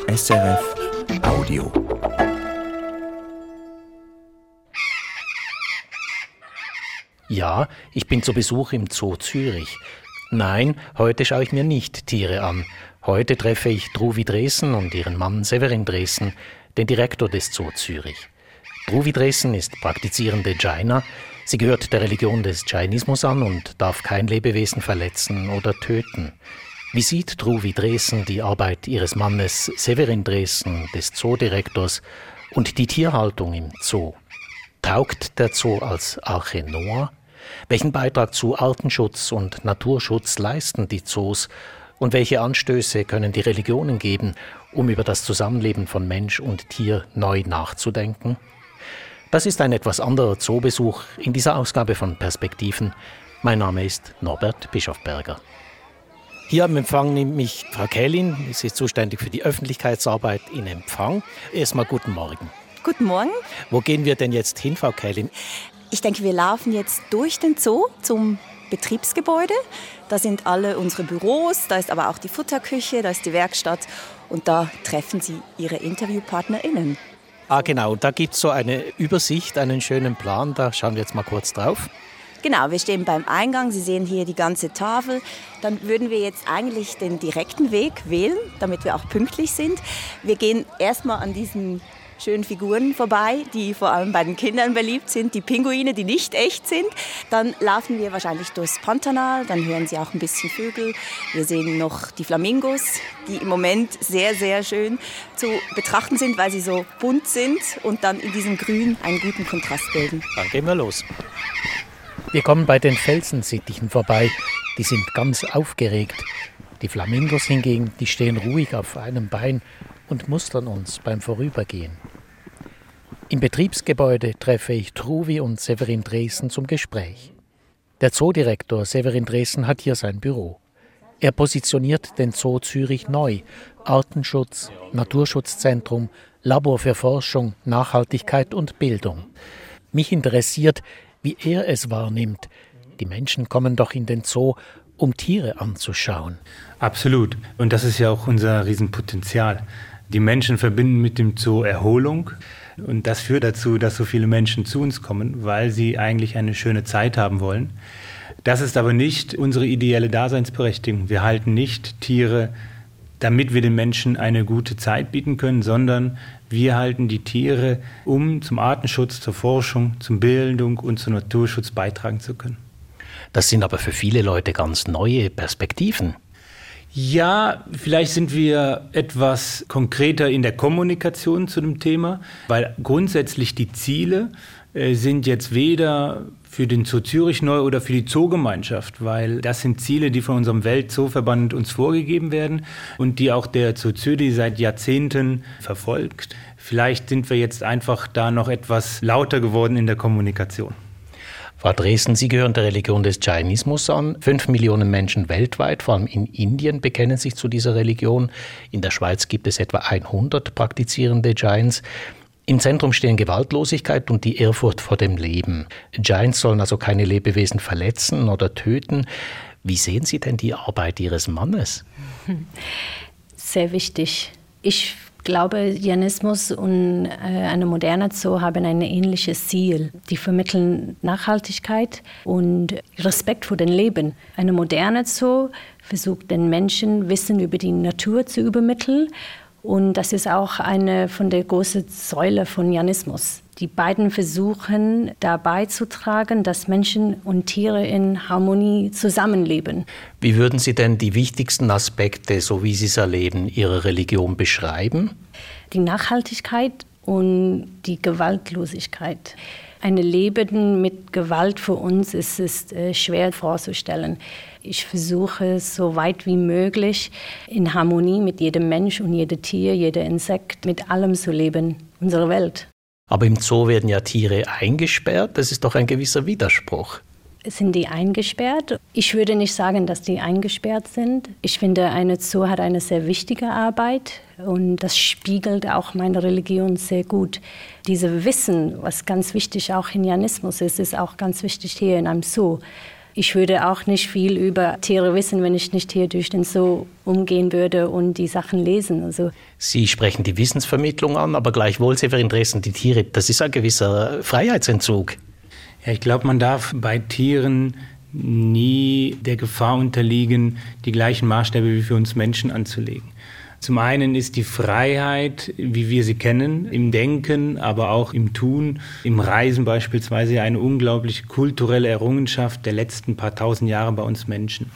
SRF Audio. Ja, ich bin zu Besuch im Zoo Zürich. Nein, heute schaue ich mir nicht Tiere an. Heute treffe ich Truvi Dresen und ihren Mann Severin Dresen, den Direktor des Zoo Zürich. Truvi Dresen ist praktizierende Jaina. Sie gehört der Religion des Jainismus an und darf kein Lebewesen verletzen oder töten. Wie sieht Truvi Dresen die Arbeit ihres Mannes Severin Dresen, des Zoodirektors, und die Tierhaltung im Zoo? Taugt der Zoo als Arche Noah? Welchen Beitrag zu Artenschutz und Naturschutz leisten die Zoos? Und welche Anstöße können die Religionen geben, um über das Zusammenleben von Mensch und Tier neu nachzudenken? Das ist ein etwas anderer Zoobesuch in dieser Ausgabe von Perspektiven. Mein Name ist Norbert Bischofberger. Hier am Empfang nimmt mich Frau Kählin. Sie ist zuständig für die Öffentlichkeitsarbeit in Empfang. Erstmal guten Morgen. Guten Morgen. Wo gehen wir denn jetzt hin, Frau Kählin? Ich denke, wir laufen jetzt durch den Zoo zum Betriebsgebäude. Da sind alle unsere Büros, da ist aber auch die Futterküche, da ist die Werkstatt und da treffen Sie Ihre InterviewpartnerInnen. Ah genau, da gibt es so eine Übersicht, einen schönen Plan, da schauen wir jetzt mal kurz drauf. Genau, wir stehen beim Eingang, Sie sehen hier die ganze Tafel. Dann würden wir jetzt eigentlich den direkten Weg wählen, damit wir auch pünktlich sind. Wir gehen erstmal an diesen schönen Figuren vorbei, die vor allem bei den Kindern beliebt sind, die Pinguine, die nicht echt sind. Dann laufen wir wahrscheinlich durchs Pantanal, dann hören Sie auch ein bisschen Vögel. Wir sehen noch die Flamingos, die im Moment sehr, sehr schön zu betrachten sind, weil sie so bunt sind und dann in diesem Grün einen guten Kontrast bilden. Dann gehen wir los. Wir kommen bei den Felsensittichen vorbei, die sind ganz aufgeregt. Die Flamingos hingegen, die stehen ruhig auf einem Bein und mustern uns beim Vorübergehen. Im Betriebsgebäude treffe ich Truvi und Severin Dresen zum Gespräch. Der Zoodirektor Severin Dresen hat hier sein Büro. Er positioniert den Zoo Zürich neu. Artenschutz, Naturschutzzentrum, Labor für Forschung, Nachhaltigkeit und Bildung. Mich interessiert, wie er es wahrnimmt. Die Menschen kommen doch in den Zoo, um Tiere anzuschauen. Absolut. Und das ist ja auch unser Riesenpotenzial. Die Menschen verbinden mit dem Zoo Erholung. Und das führt dazu, dass so viele Menschen zu uns kommen, weil sie eigentlich eine schöne Zeit haben wollen. Das ist aber nicht unsere ideelle Daseinsberechtigung. Wir halten nicht Tiere, damit wir den Menschen eine gute Zeit bieten können, sondern wir halten die Tiere, um zum Artenschutz, zur Forschung, zur Bildung und zum Naturschutz beitragen zu können. Das sind aber für viele Leute ganz neue Perspektiven. Ja, vielleicht sind wir etwas konkreter in der Kommunikation zu dem Thema, weil grundsätzlich die Ziele sind jetzt weder für den Zoo Zürich neu oder für die Zoogemeinschaft, weil das sind Ziele, die von unserem Weltzooverband uns vorgegeben werden und die auch der Zoo Zürich seit Jahrzehnten verfolgt. Vielleicht sind wir jetzt einfach da noch etwas lauter geworden in der Kommunikation. Frau Dresen, Sie gehören der Religion des Jainismus an. 5 Millionen Menschen weltweit, vor allem in Indien, bekennen sich zu dieser Religion. In der Schweiz gibt es etwa 100 praktizierende Jains. Im Zentrum stehen Gewaltlosigkeit und die Ehrfurcht vor dem Leben. Jains sollen also keine Lebewesen verletzen oder töten. Wie sehen Sie denn die Arbeit Ihres Mannes? Sehr wichtig. Ich glaube, Jainismus und eine moderne Zoo haben ein ähnliches Ziel. Die vermitteln Nachhaltigkeit und Respekt vor dem Leben. Eine moderne Zoo versucht den Menschen Wissen über die Natur zu übermitteln. Und das ist auch eine von der großen Säule von Jainismus. Die beiden versuchen, da beizutragen, dass Menschen und Tiere in Harmonie zusammenleben. Wie würden Sie denn die wichtigsten Aspekte, so wie Sie es erleben, Ihrer Religion beschreiben? Die Nachhaltigkeit und die Gewaltlosigkeit. Ein Leben mit Gewalt für uns ist schwer vorzustellen. Ich versuche, so weit wie möglich in Harmonie mit jedem Mensch und jedem Tier, jedem Insekt, mit allem zu leben, unsere Welt. Aber im Zoo werden ja Tiere eingesperrt. Das ist doch ein gewisser Widerspruch. Sind die eingesperrt? Ich würde nicht sagen, dass die eingesperrt sind. Ich finde, eine Zoo hat eine sehr wichtige Arbeit und das spiegelt auch meine Religion sehr gut. Diese Wissen, was ganz wichtig auch in Jainismus ist auch ganz wichtig hier in einem Zoo. Ich würde auch nicht viel über Tiere wissen, wenn ich nicht hier durch den Zoo umgehen würde und die Sachen lesen. Also Sie sprechen die Wissensvermittlung an, aber gleichwohl, Severin Dreesen, die Tiere, das ist ein gewisser Freiheitsentzug. Ja, ich glaube, man darf bei Tieren nie der Gefahr unterliegen, die gleichen Maßstäbe wie für uns Menschen anzulegen. Zum einen ist die Freiheit, wie wir sie kennen, im Denken, aber auch im Tun, im Reisen beispielsweise, eine unglaubliche kulturelle Errungenschaft der letzten paar tausend Jahre bei uns Menschen.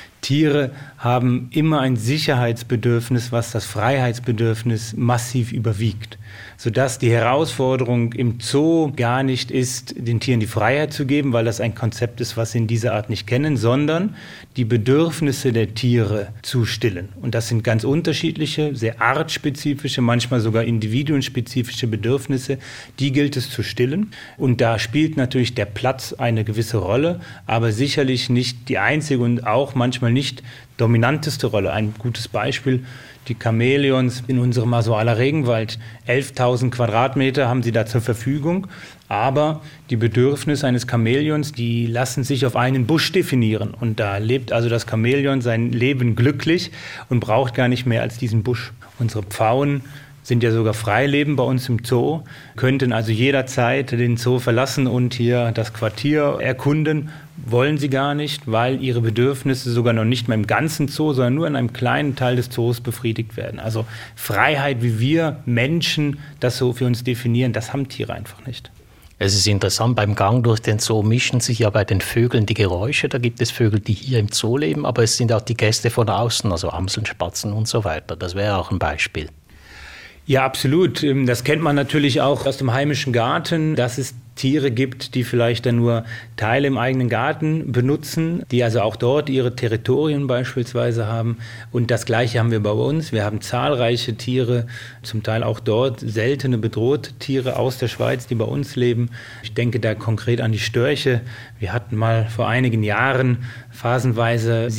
Tiere haben immer ein Sicherheitsbedürfnis, was das Freiheitsbedürfnis massiv überwiegt, sodass die Herausforderung im Zoo gar nicht ist, den Tieren die Freiheit zu geben, weil das ein Konzept ist, was sie in dieser Art nicht kennen, sondern die Bedürfnisse der Tiere zu stillen. Und das sind ganz unterschiedliche, sehr artspezifische, manchmal sogar individuenspezifische Bedürfnisse, die gilt es zu stillen. Und da spielt natürlich der Platz eine gewisse Rolle, aber sicherlich nicht die einzige und auch manchmal nicht dominanteste Rolle. Ein gutes Beispiel: die Chamäleons in unserem Masoaler Regenwald. 11.000 Quadratmeter haben sie da zur Verfügung. Aber die Bedürfnisse eines Chamäleons, die lassen sich auf einen Busch definieren. Und da lebt also das Chamäleon sein Leben glücklich und braucht gar nicht mehr als diesen Busch. Unsere Pfauen sind ja sogar freileben bei uns im Zoo, könnten also jederzeit den Zoo verlassen und hier das Quartier erkunden. Wollen sie gar nicht, weil ihre Bedürfnisse sogar noch nicht mehr im ganzen Zoo, sondern nur in einem kleinen Teil des Zoos befriedigt werden. Also Freiheit, wie wir Menschen das so für uns definieren, das haben Tiere einfach nicht. Es ist interessant, beim Gang durch den Zoo mischen sich ja bei den Vögeln die Geräusche. Da gibt es Vögel, die hier im Zoo leben, aber es sind auch die Gäste von außen, also Amseln, Spatzen und so weiter. Das wäre auch ein Beispiel. Ja, absolut. Das kennt man natürlich auch aus dem heimischen Garten, dass es Tiere gibt, die vielleicht dann nur Teile im eigenen Garten benutzen, die also auch dort ihre Territorien beispielsweise haben. Und das Gleiche haben wir bei uns. Wir haben zahlreiche Tiere, zum Teil auch dort seltene bedrohte Tiere aus der Schweiz, die bei uns leben. Ich denke da konkret an die Störche. Wir hatten mal vor einigen Jahren phasenweise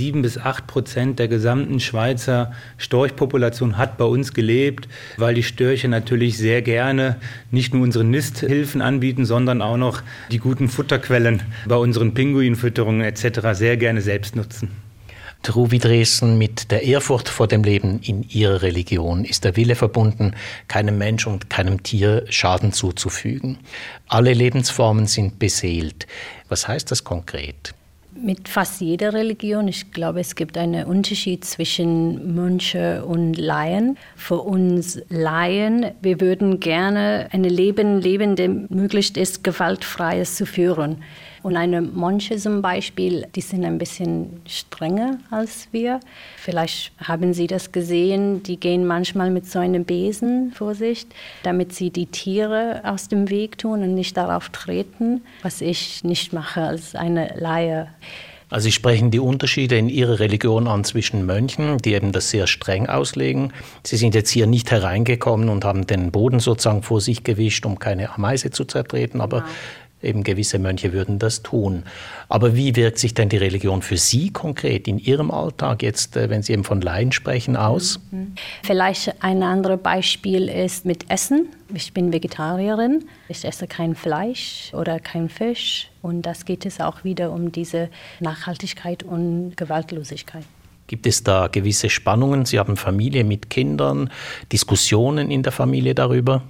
7-8% der gesamten Schweizer Storchpopulation hat bei uns gelebt, weil die Störche natürlich sehr gerne nicht nur unsere Nisthilfen anbieten, sondern auch noch die guten Futterquellen bei unseren Pinguinfütterungen etc. sehr gerne selbst nutzen. Truvi Dreesen, mit der Ehrfurcht vor dem Leben in ihrer Religion ist der Wille verbunden, keinem Mensch und keinem Tier Schaden zuzufügen. Alle Lebensformen sind beseelt. Was heißt das konkret? Mit fast jeder Religion. Ich glaube, es gibt einen Unterschied zwischen Mönche und Laien. Für uns Laien, wir würden gerne ein Leben leben, das möglichst ist, gewaltfreies zu führen. Und eine Mönche zum Beispiel, die sind ein bisschen strenger als wir. Vielleicht haben Sie das gesehen, die gehen manchmal mit so einem Besen vor sich, damit sie die Tiere aus dem Weg tun und nicht darauf treten, was ich nicht mache als eine Laie. Also Sie sprechen die Unterschiede in Ihrer Religion an zwischen Mönchen, die eben das sehr streng auslegen. Sie sind jetzt hier nicht hereingekommen und haben den Boden sozusagen vor sich gewischt, um keine Ameise zu zertreten, aber eben gewisse Mönche würden das tun. Aber wie wirkt sich denn die Religion für Sie konkret in Ihrem Alltag jetzt, wenn Sie eben von Laien sprechen, aus? Vielleicht ein anderes Beispiel ist mit Essen. Ich bin Vegetarierin. Ich esse kein Fleisch oder kein Fisch. Und das geht es auch wieder um diese Nachhaltigkeit und Gewaltlosigkeit. Gibt es da gewisse Spannungen? Sie haben Familie mit Kindern, Diskussionen in der Familie darüber?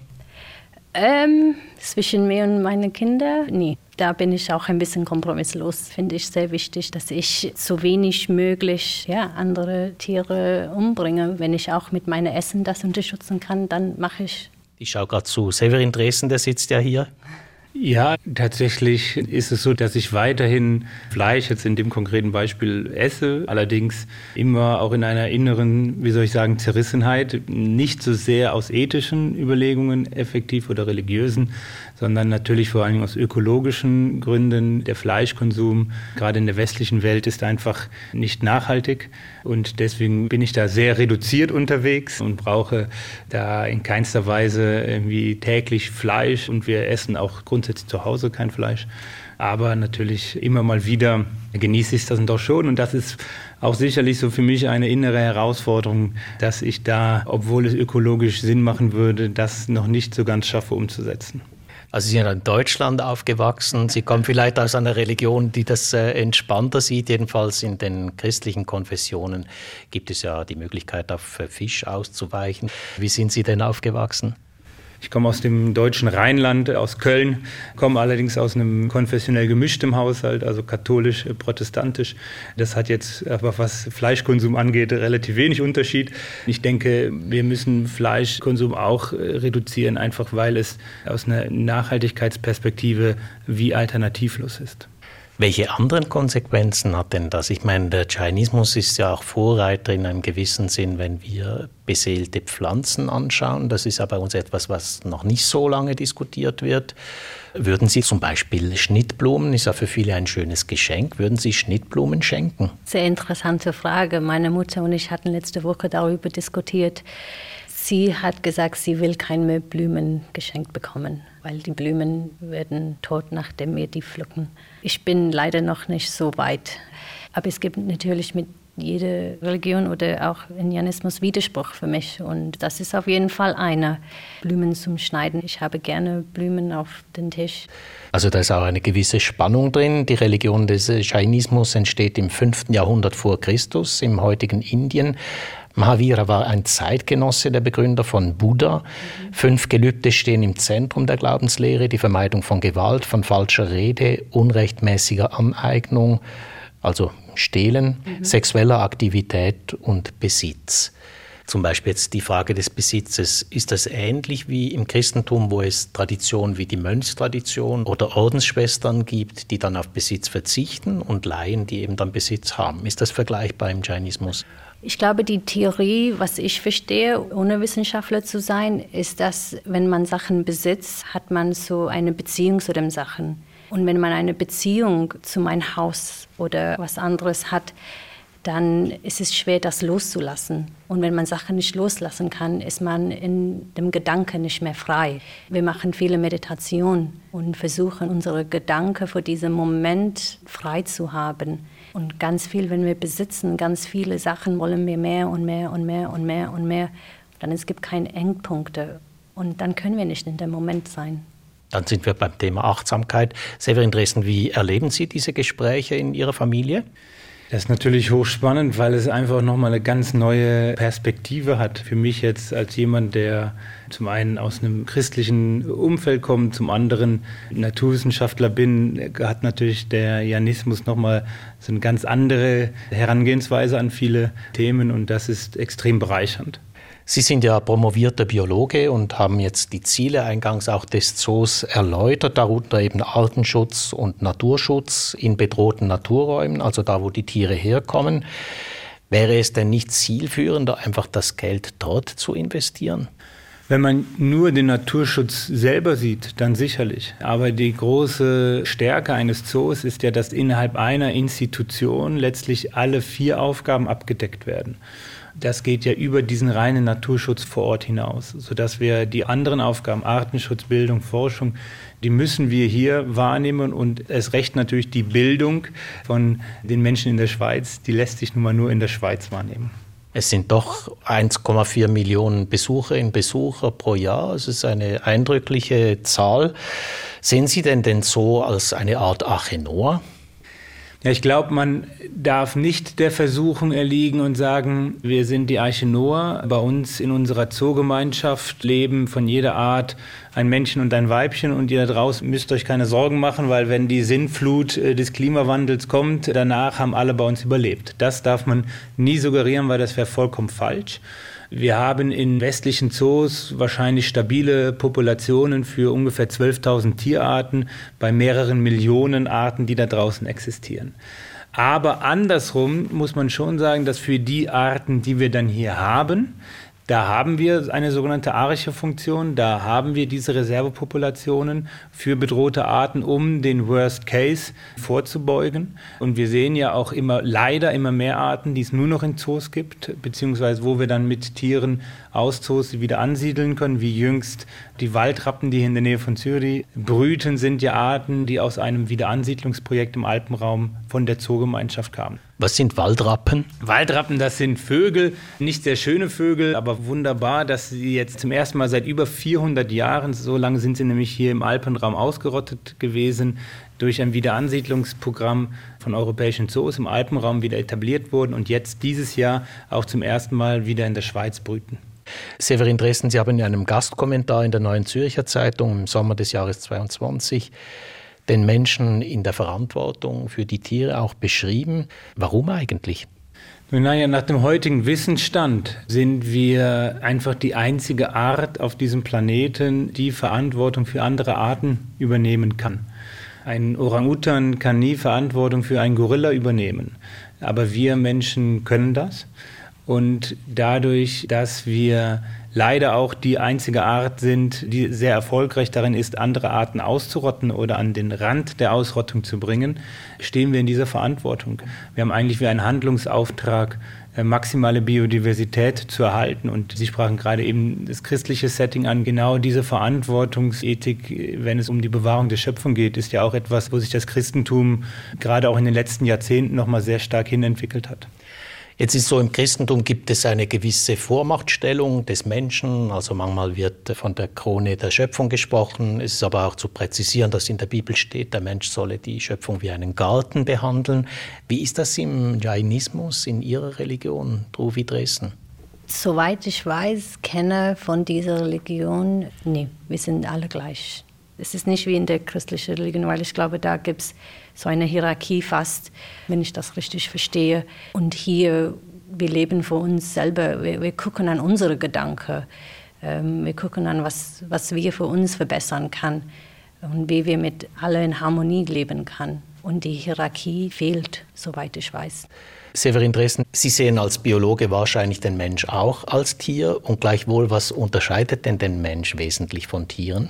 Zwischen mir und meinen Kindern? Nee. Da bin ich auch ein bisschen kompromisslos. Finde ich sehr wichtig, dass ich so wenig möglich andere Tiere umbringe. Wenn ich auch mit meinem Essen das unterstützen kann, dann mache ich. Ich schaue gerade zu Severin Dreesen, der sitzt ja hier. Ja, tatsächlich ist es so, dass ich weiterhin Fleisch jetzt in dem konkreten Beispiel esse, allerdings immer auch in einer inneren, Zerrissenheit, nicht so sehr aus ethischen Überlegungen effektiv oder religiösen, sondern natürlich vor allem aus ökologischen Gründen. Der Fleischkonsum, gerade in der westlichen Welt, ist einfach nicht nachhaltig und deswegen bin ich da sehr reduziert unterwegs und brauche da in keinster Weise irgendwie täglich Fleisch und wir essen auch grundsätzlich zu Hause kein Fleisch. Aber natürlich immer mal wieder genieße ich das doch schon und das ist auch sicherlich so für mich eine innere Herausforderung, dass ich da, obwohl es ökologisch Sinn machen würde, das noch nicht so ganz schaffe umzusetzen. Also Sie sind in Deutschland aufgewachsen. Sie kommen vielleicht aus einer Religion, die das entspannter sieht. Jedenfalls in den christlichen Konfessionen gibt es ja die Möglichkeit, auf Fisch auszuweichen. Wie sind Sie denn aufgewachsen? Ich komme aus dem deutschen Rheinland, aus Köln, komme allerdings aus einem konfessionell gemischtem Haushalt, also katholisch, protestantisch. Das hat jetzt aber, was Fleischkonsum angeht, relativ wenig Unterschied. Ich denke, wir müssen Fleischkonsum auch reduzieren, einfach weil es aus einer Nachhaltigkeitsperspektive wie alternativlos ist. Welche anderen Konsequenzen hat denn das? Ich meine, der Jainismus ist ja auch Vorreiter in einem gewissen Sinn, wenn wir beseelte Pflanzen anschauen. Das ist ja bei uns etwas, was noch nicht so lange diskutiert wird. Würden Sie zum Beispiel Schnittblumen, ist ja für viele ein schönes Geschenk, würden Sie Schnittblumen schenken? Sehr interessante Frage. Meine Mutter und ich hatten letzte Woche darüber diskutiert. Sie hat gesagt, sie will keine Blumen geschenkt bekommen, weil die Blumen werden tot, nachdem wir die pflücken. Ich bin leider noch nicht so weit. Aber es gibt natürlich mit jeder Religion oder auch in Jainismus Widerspruch für mich. Und das ist auf jeden Fall einer, Blumen zum Schneiden. Ich habe gerne Blumen auf den Tisch. Also da ist auch eine gewisse Spannung drin. Die Religion des Jainismus entsteht im 5. Jahrhundert vor Christus im heutigen Indien. Mahavira war ein Zeitgenosse der Begründer von Buddha. 5 Gelübde stehen im Zentrum der Glaubenslehre: die Vermeidung von Gewalt, von falscher Rede, unrechtmäßiger Aneignung, also Stehlen, sexueller Aktivität und Besitz. Zum Beispiel jetzt die Frage des Besitzes. Ist das ähnlich wie im Christentum, wo es Traditionen wie die Mönchstradition oder Ordensschwestern gibt, die dann auf Besitz verzichten, und Laien, die eben dann Besitz haben? Ist das vergleichbar im Jainismus? Ich glaube, die Theorie, was ich verstehe, ohne Wissenschaftler zu sein, ist, dass wenn man Sachen besitzt, hat man so eine Beziehung zu den Sachen. Und wenn man eine Beziehung zu meinem Haus oder was anderes hat, dann ist es schwer, das loszulassen. Und wenn man Sachen nicht loslassen kann, ist man in dem Gedanken nicht mehr frei. Wir machen viele Meditationen und versuchen, unsere Gedanken für diesen Moment frei zu haben. Und ganz viel, wenn wir besitzen, ganz viele Sachen wollen wir mehr und mehr und mehr und mehr und mehr. Dann es gibt keine Endpunkte und dann können wir nicht in dem Moment sein. Dann sind wir beim Thema Achtsamkeit. Severin Dreesen, wie erleben Sie diese Gespräche in Ihrer Familie? Das ist natürlich hochspannend, weil es einfach nochmal eine ganz neue Perspektive hat. Für mich jetzt als jemand, der zum einen aus einem christlichen Umfeld kommt, zum anderen Naturwissenschaftler bin, hat natürlich der Jainismus nochmal so eine ganz andere Herangehensweise an viele Themen, und das ist extrem bereichernd. Sie sind ja promovierter Biologe und haben jetzt die Ziele eingangs auch des Zoos erläutert, darunter eben Artenschutz und Naturschutz in bedrohten Naturräumen, also da, wo die Tiere herkommen. Wäre es denn nicht zielführender, einfach das Geld dort zu investieren? Wenn man nur den Naturschutz selber sieht, dann sicherlich. Aber die große Stärke eines Zoos ist ja, dass innerhalb einer Institution letztlich alle 4 Aufgaben abgedeckt werden. Das geht ja über diesen reinen Naturschutz vor Ort hinaus, sodass wir die anderen Aufgaben, Artenschutz, Bildung, Forschung, die müssen wir hier wahrnehmen, und erst recht natürlich die Bildung von den Menschen in der Schweiz, die lässt sich nun mal nur in der Schweiz wahrnehmen. Es sind doch 1,4 Millionen Besucherinnen und Besucher pro Jahr. Es ist eine eindrückliche Zahl. Sehen Sie denn den Zoo als eine Art Arche Noah? Ja, ich glaube, man darf nicht der Versuchung erliegen und sagen, wir sind die Arche Noah. Bei uns in unserer Zoogemeinschaft leben von jeder Art ein Männchen und ein Weibchen, und ihr da draußen müsst euch keine Sorgen machen, weil wenn die Sintflut des Klimawandels kommt, danach haben alle bei uns überlebt. Das darf man nie suggerieren, weil das wäre vollkommen falsch. Wir haben in westlichen Zoos wahrscheinlich stabile Populationen für ungefähr 12.000 Tierarten bei mehreren Millionen Arten, die da draußen existieren. Aber andersrum muss man schon sagen, dass für die Arten, die wir dann hier haben, da haben wir eine sogenannte Arche-Funktion, da haben wir diese Reservepopulationen für bedrohte Arten, um den Worst Case vorzubeugen. Und wir sehen ja auch leider immer mehr Arten, die es nur noch in Zoos gibt, beziehungsweise wo wir dann mit Tieren aus Zoos wieder ansiedeln können, wie jüngst die Waldrappen, die hier in der Nähe von Zürich brüten, sind ja Arten, die aus einem Wiederansiedlungsprojekt im Alpenraum von der Zoogemeinschaft kamen. Was sind Waldrappen? Waldrappen, das sind Vögel, nicht sehr schöne Vögel, aber wunderbar, dass sie jetzt zum ersten Mal seit über 400 Jahren, so lange sind sie nämlich hier im Alpenraum ausgerottet gewesen, durch ein Wiederansiedlungsprogramm von europäischen Zoos im Alpenraum wieder etabliert wurden und jetzt dieses Jahr auch zum ersten Mal wieder in der Schweiz brüten. Severin Dressen, Sie haben in einem Gastkommentar in der Neuen Zürcher Zeitung im Sommer des Jahres 2022 den Menschen in der Verantwortung für die Tiere auch beschrieben. Warum eigentlich? Naja, nach dem heutigen Wissensstand sind wir einfach die einzige Art auf diesem Planeten, die Verantwortung für andere Arten übernehmen kann. Ein Orang-Utan kann nie Verantwortung für einen Gorilla übernehmen, aber wir Menschen können das. Und dadurch, dass wir leider auch die einzige Art sind, die sehr erfolgreich darin ist, andere Arten auszurotten oder an den Rand der Ausrottung zu bringen, stehen wir in dieser Verantwortung. Wir haben eigentlich wie einen Handlungsauftrag, maximale Biodiversität zu erhalten. Und Sie sprachen gerade eben das christliche Setting an. Genau diese Verantwortungsethik, wenn es um die Bewahrung der Schöpfung geht, ist ja auch etwas, wo sich das Christentum gerade auch in den letzten Jahrzehnten noch mal sehr stark hinentwickelt hat. Jetzt ist so, im Christentum gibt es eine gewisse Vormachtstellung des Menschen. Also manchmal wird von der Krone der Schöpfung gesprochen. Es ist aber auch zu präzisieren, dass in der Bibel steht, der Mensch solle die Schöpfung wie einen Garten behandeln. Wie ist das im Jainismus, in Ihrer Religion, Druvi Dressen? Soweit ich weiß, kenne von dieser Religion, nee, wir sind alle gleich. Es ist nicht wie in der christlichen Religion, weil ich glaube, da gibt es so eine Hierarchie fast, wenn ich das richtig verstehe. Und hier, wir leben für uns selber, wir gucken an unsere Gedanken, wir gucken an, was wir für uns verbessern können und wie wir mit allen in Harmonie leben können. Und die Hierarchie fehlt, soweit ich weiß. Severin Dressen, Sie sehen als Biologe wahrscheinlich den Mensch auch als Tier und gleichwohl, was unterscheidet denn den Mensch wesentlich von Tieren?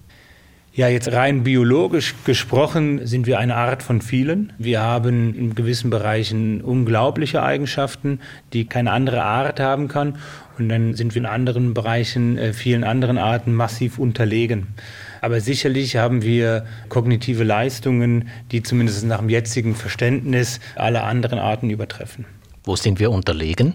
Ja, jetzt rein biologisch gesprochen sind wir eine Art von vielen. Wir haben in gewissen Bereichen unglaubliche Eigenschaften, die keine andere Art haben kann. Und dann sind wir in anderen Bereichen, vielen anderen Arten massiv unterlegen. Aber sicherlich haben wir kognitive Leistungen, die zumindest nach dem jetzigen Verständnis alle anderen Arten übertreffen. Wo sind wir unterlegen?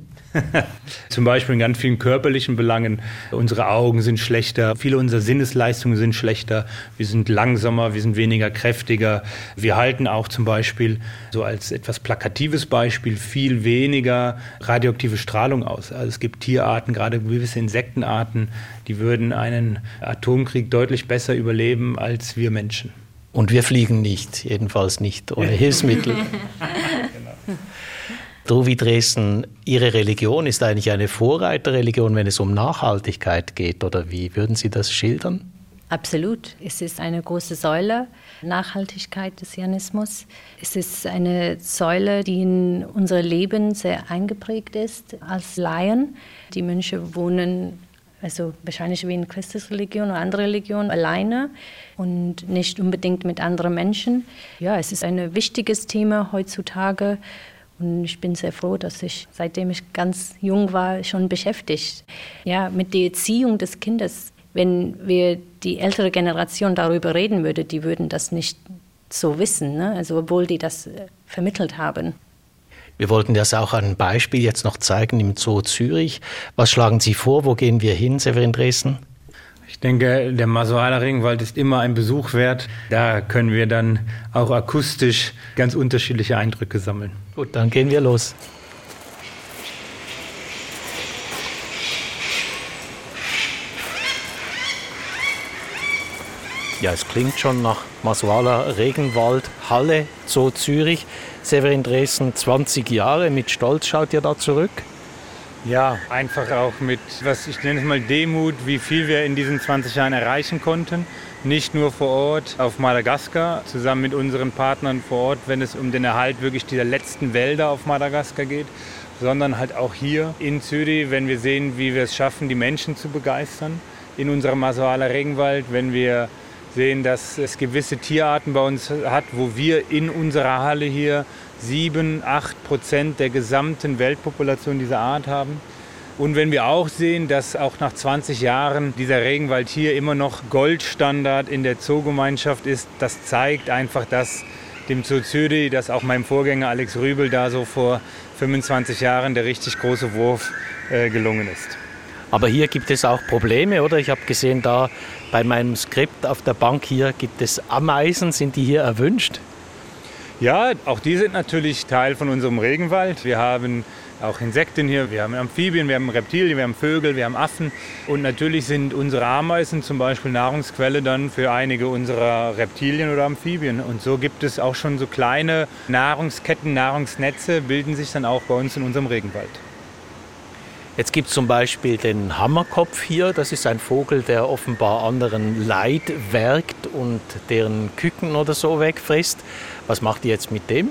Zum Beispiel in ganz vielen körperlichen Belangen. Unsere Augen sind schlechter, viele unserer Sinnesleistungen sind schlechter, wir sind langsamer, wir sind weniger kräftiger. Wir halten auch zum Beispiel, so als etwas plakatives Beispiel, viel weniger radioaktive Strahlung aus. Also es gibt Tierarten, gerade gewisse Insektenarten, die würden einen Atomkrieg deutlich besser überleben als wir Menschen. Und wir fliegen nicht, jedenfalls nicht ohne Hilfsmittel. Genau. Druvi Dressen, Ihre Religion ist eigentlich eine Vorreiterreligion, wenn es um Nachhaltigkeit geht, oder wie würden Sie das schildern? Absolut. Es ist eine große Säule, Nachhaltigkeit des Jainismus. Es ist eine Säule, die in unser Leben sehr eingeprägt ist als Laien. Die Mönche wohnen, also wahrscheinlich wie in christlicher Religion oder andere Religionen, alleine und nicht unbedingt mit anderen Menschen. Ja, es ist ein wichtiges Thema heutzutage. Und ich bin sehr froh, dass ich, seitdem ich ganz jung war, schon beschäftigt. Ja, mit der Erziehung des Kindes. Wenn wir die ältere Generation darüber reden würde, die würden das nicht so wissen, ne? Also obwohl die das vermittelt haben. Wir wollten das auch an einem Beispiel jetzt noch zeigen im Zoo Zürich. Was schlagen Sie vor? Wo gehen wir hin, Severin Dressen? Ich denke, der Masoaler Regenwald ist immer ein Besuch wert. Da können wir dann auch akustisch ganz unterschiedliche Eindrücke sammeln. Gut, dann gehen wir los. Ja, es klingt schon nach Masoaler Regenwald, Halle, Zoo Zürich. Severin Dressen, 20 Jahre, mit Stolz schaut ihr da zurück? Ja, einfach auch mit, was ich nenne es mal Demut, wie viel wir in diesen 20 Jahren erreichen konnten. Nicht nur vor Ort auf Madagaskar, zusammen mit unseren Partnern vor Ort, wenn es um den Erhalt wirklich dieser letzten Wälder auf Madagaskar geht, sondern halt auch hier in Zürich, wenn wir sehen, wie wir es schaffen, die Menschen zu begeistern. In unserem Masoaler Regenwald, wenn wir sehen, dass es gewisse Tierarten bei uns hat, wo wir in unserer Halle hier 7-8% der gesamten Weltpopulation dieser Art haben. Und wenn wir auch sehen, dass auch nach 20 Jahren dieser Regenwald hier immer noch Goldstandard in der Zoogemeinschaft ist, das zeigt einfach, dass dem Zoo Zürich, dass auch meinem Vorgänger Alex Rübel da so vor 25 Jahren der richtig große Wurf gelungen ist. Aber hier gibt es auch Probleme, oder? Ich habe gesehen, da bei meinem Skript auf der Bank hier gibt es Ameisen. Sind die hier erwünscht? Ja, auch die sind natürlich Teil von unserem Regenwald. Wir haben auch Insekten hier, wir haben Amphibien, wir haben Reptilien, wir haben Vögel, wir haben Affen. Und natürlich sind unsere Ameisen zum Beispiel Nahrungsquelle dann für einige unserer Reptilien oder Amphibien. Und so gibt es auch schon so kleine Nahrungsketten, Nahrungsnetze, bilden sich dann auch bei uns in unserem Regenwald. Jetzt gibt es zum Beispiel den Hammerkopf hier. Das ist ein Vogel, der offenbar anderen Leid werkt und deren Küken oder so wegfrisst. Was macht ihr jetzt mit dem?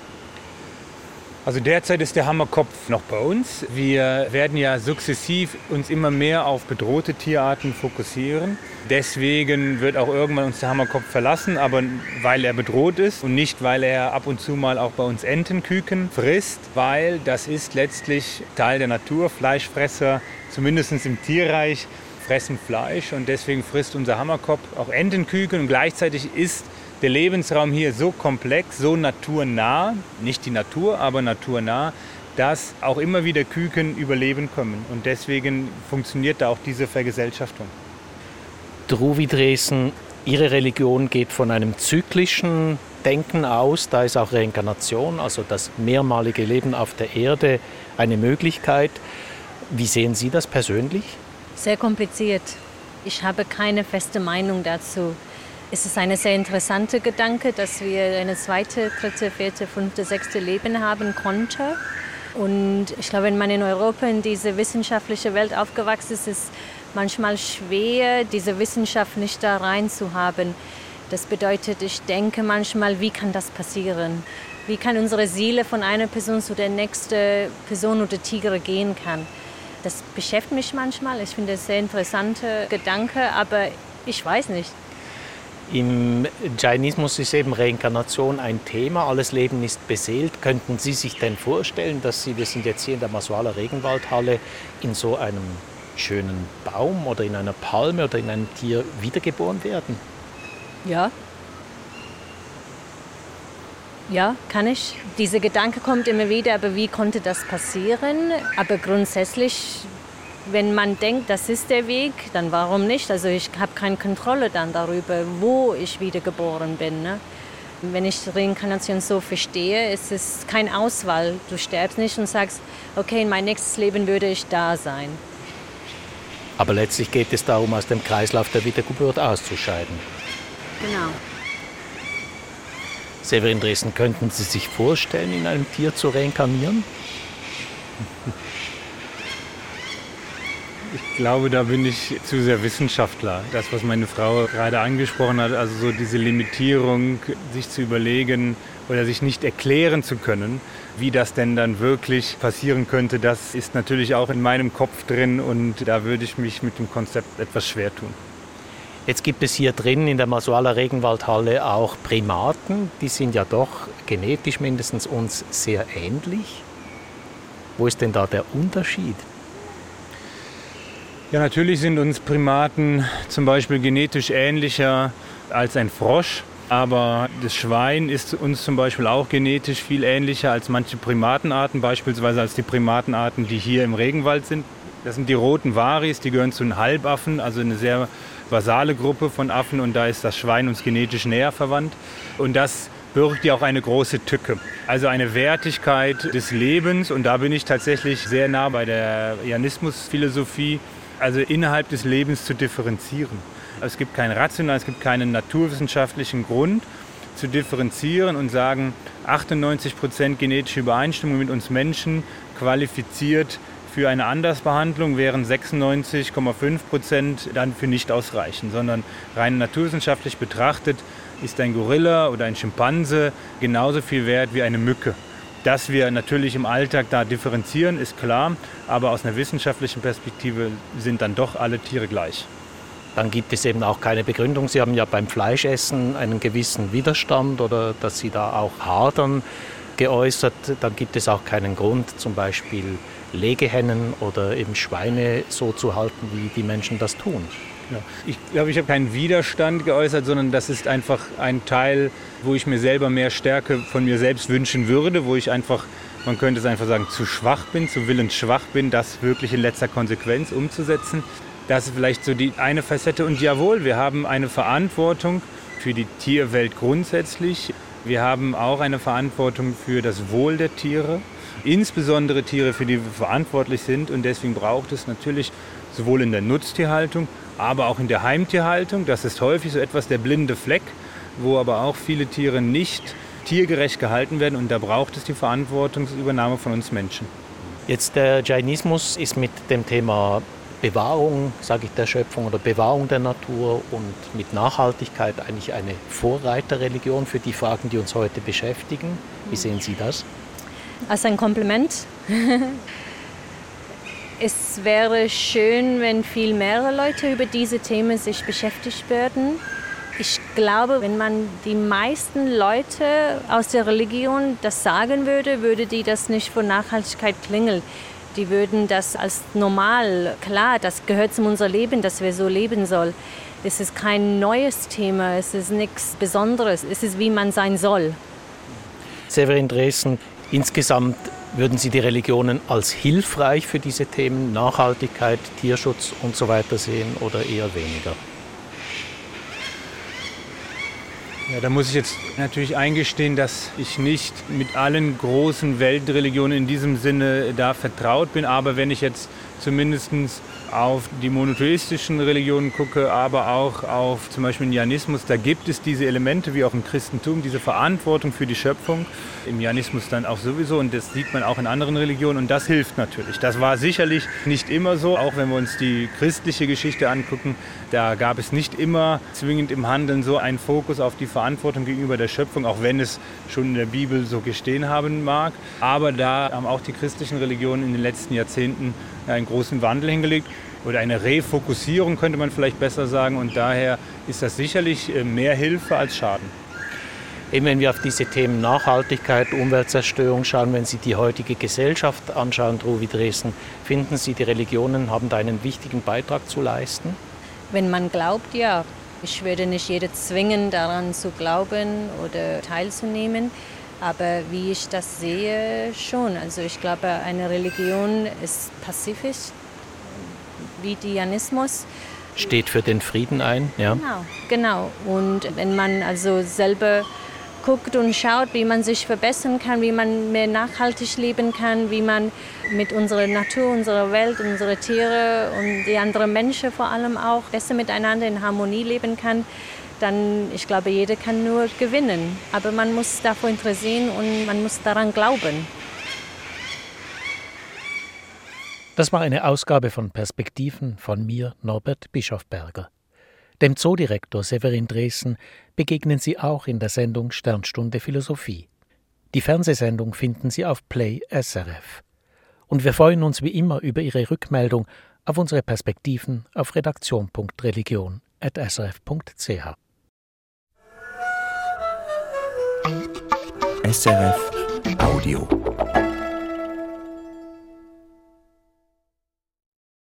Also derzeit ist der Hammerkopf noch bei uns. Wir werden ja sukzessiv uns immer mehr auf bedrohte Tierarten fokussieren. Deswegen wird auch irgendwann uns der Hammerkopf verlassen, aber weil er bedroht ist und nicht, weil er ab und zu mal auch bei uns Entenküken frisst, weil das ist letztlich Teil der Natur. Fleischfresser, zumindest im Tierreich, fressen Fleisch und deswegen frisst unser Hammerkopf auch Entenküken und gleichzeitig ist der Lebensraum hier so komplex, so naturnah, nicht die Natur, aber naturnah, dass auch immer wieder Küken überleben können. Und deswegen funktioniert da auch diese Vergesellschaftung. Druvi Dresen, Ihre Religion geht von einem zyklischen Denken aus. Da ist auch Reinkarnation, also das mehrmalige Leben auf der Erde, eine Möglichkeit. Wie sehen Sie das persönlich? Sehr kompliziert. Ich habe keine feste Meinung dazu. Es ist ein sehr interessanter Gedanke, dass wir eine zweite, dritte, vierte, fünfte, sechste Leben haben konnten. Und ich glaube, wenn man in Europa in diese wissenschaftliche Welt aufgewachsen ist, ist es manchmal schwer, diese Wissenschaft nicht da rein zu haben. Das bedeutet, ich denke manchmal, wie kann das passieren? Wie kann unsere Seele von einer Person zu der nächsten Person oder Tiger gehen kann? Das beschäftigt mich manchmal. Ich finde es ein sehr interessanter Gedanke, aber ich weiß nicht. Im Jainismus ist eben Reinkarnation ein Thema. Alles Leben ist beseelt. Könnten Sie sich denn vorstellen, dass Sie, wir sind jetzt hier in der Masuala Regenwaldhalle, in so einem schönen Baum oder in einer Palme oder in einem Tier wiedergeboren werden? Ja. Ja, kann ich. Dieser Gedanke kommt immer wieder, aber wie konnte das passieren? Aber grundsätzlich, wenn man denkt, das ist der Weg, dann warum nicht? Also ich habe keine Kontrolle dann darüber, wo ich wiedergeboren bin. Ne? Wenn ich Reinkarnation so verstehe, ist es keine Auswahl. Du stirbst nicht und sagst, okay, in mein nächstes Leben würde ich da sein. Aber letztlich geht es darum, aus dem Kreislauf der Wiedergeburt auszuscheiden. Genau. Severin Dresen, könnten Sie sich vorstellen, in einem Tier zu reinkarnieren? Ich glaube, da bin ich zu sehr Wissenschaftler. Das, was meine Frau gerade angesprochen hat, also so diese Limitierung, sich zu überlegen oder sich nicht erklären zu können, wie das denn dann wirklich passieren könnte, das ist natürlich auch in meinem Kopf drin und da würde ich mich mit dem Konzept etwas schwer tun. Jetzt gibt es hier drin in der Masuala Regenwaldhalle auch Primaten. Die sind ja doch genetisch mindestens uns sehr ähnlich. Wo ist denn da der Unterschied? Ja, natürlich sind uns Primaten zum Beispiel genetisch ähnlicher als ein Frosch. Aber das Schwein ist uns zum Beispiel auch genetisch viel ähnlicher als manche Primatenarten, beispielsweise als die Primatenarten, die hier im Regenwald sind. Das sind die roten Waris, die gehören zu den Halbaffen, also eine sehr basale Gruppe von Affen. Und da ist das Schwein uns genetisch näher verwandt. Und das birgt ja auch eine große Tücke. Also eine Wertigkeit des Lebens. Und da bin ich tatsächlich sehr nah bei der Jainismus-Philosophie, also innerhalb des Lebens zu differenzieren. Es gibt keinen rationalen, es gibt keinen naturwissenschaftlichen Grund zu differenzieren und sagen, 98% genetische Übereinstimmung mit uns Menschen qualifiziert für eine Andersbehandlung, während 96,5% dann für nicht ausreichen, sondern rein naturwissenschaftlich betrachtet ist ein Gorilla oder ein Schimpanse genauso viel wert wie eine Mücke. Dass wir natürlich im Alltag da differenzieren, ist klar, aber aus einer wissenschaftlichen Perspektive sind dann doch alle Tiere gleich. Dann gibt es eben auch keine Begründung. Sie haben ja beim Fleischessen einen gewissen Widerstand oder dass Sie da auch hadern geäußert. Dann gibt es auch keinen Grund, zum Beispiel Legehennen oder eben Schweine so zu halten, wie die Menschen das tun. Ja. Ich glaube, ich habe keinen Widerstand geäußert, sondern das ist einfach ein Teil, wo ich mir selber mehr Stärke von mir selbst wünschen würde, wo ich einfach, man könnte es einfach sagen, zu schwach bin, zu willensschwach bin, das wirklich in letzter Konsequenz umzusetzen. Das ist vielleicht so die eine Facette. Und jawohl, wir haben eine Verantwortung für die Tierwelt grundsätzlich. Wir haben auch eine Verantwortung für das Wohl der Tiere, insbesondere Tiere, für die wir verantwortlich sind. Und deswegen braucht es natürlich sowohl in der Nutztierhaltung, aber auch in der Heimtierhaltung. Das ist häufig so etwas der blinde Fleck, wo aber auch viele Tiere nicht tiergerecht gehalten werden. Und da braucht es die Verantwortungsübernahme von uns Menschen. Jetzt der Jainismus ist mit dem Thema Bewahrung, sage ich, der Schöpfung oder Bewahrung der Natur und mit Nachhaltigkeit eigentlich eine Vorreiterreligion für die Fragen, die uns heute beschäftigen. Wie sehen Sie das? Als ein Kompliment. Es wäre schön, wenn viel mehr Leute über diese Themen sich beschäftigt würden. Ich glaube, wenn man die meisten Leute aus der Religion das sagen würde, würde die das nicht von Nachhaltigkeit klingeln. Die würden das als normal, klar, das gehört zu unserem Leben, dass wir so leben sollen. Es ist kein neues Thema, es ist nichts Besonderes, es ist, wie man sein soll. Severin Dresen, insgesamt würden Sie die Religionen als hilfreich für diese Themen, Nachhaltigkeit, Tierschutz und so weiter sehen oder eher weniger? Ja, da muss ich jetzt natürlich eingestehen, dass ich nicht mit allen großen Weltreligionen in diesem Sinne da vertraut bin. Aber wenn ich jetzt zumindest auf die monotheistischen Religionen gucke, aber auch auf zum Beispiel den Jainismus, da gibt es diese Elemente, wie auch im Christentum, diese Verantwortung für die Schöpfung. Im Jainismus dann auch sowieso, und das sieht man auch in anderen Religionen, und das hilft natürlich. Das war sicherlich nicht immer so, auch wenn wir uns die christliche Geschichte angucken, da gab es nicht immer zwingend im Handeln so einen Fokus auf die Verantwortung gegenüber der Schöpfung, auch wenn es schon in der Bibel so gestehen haben mag. Aber da haben auch die christlichen Religionen in den letzten Jahrzehnten einen großen Wandel hingelegt oder eine Refokussierung, könnte man vielleicht besser sagen. Und daher ist das sicherlich mehr Hilfe als Schaden. Eben wenn wir auf diese Themen Nachhaltigkeit, Umweltzerstörung schauen, wenn Sie die heutige Gesellschaft anschauen, Ruvi Dresen, finden Sie, die Religionen haben da einen wichtigen Beitrag zu leisten? Wenn man glaubt, ja. Ich würde nicht jeden zwingen, daran zu glauben oder teilzunehmen. Aber wie ich das sehe, schon. Also ich glaube, eine Religion ist pazifisch, wie der Jainismus. Steht für den Frieden ein, ja. Genau. Und wenn man also selber guckt und schaut, wie man sich verbessern kann, wie man mehr nachhaltig leben kann, wie man mit unserer Natur, unserer Welt, unsere Tiere und die anderen Menschen vor allem auch besser miteinander in Harmonie leben kann, dann, ich glaube, jeder kann nur gewinnen. Aber man muss davor interessieren und man muss daran glauben. Das war eine Ausgabe von Perspektiven von mir, Norbert Bischofberger. Dem Zoodirektor Severin Dresen begegnen Sie auch in der Sendung Sternstunde Philosophie. Die Fernsehsendung finden Sie auf Play SRF. Und wir freuen uns wie immer über Ihre Rückmeldung auf unsere Perspektiven auf redaktion.religion@srf.ch. SRF Audio.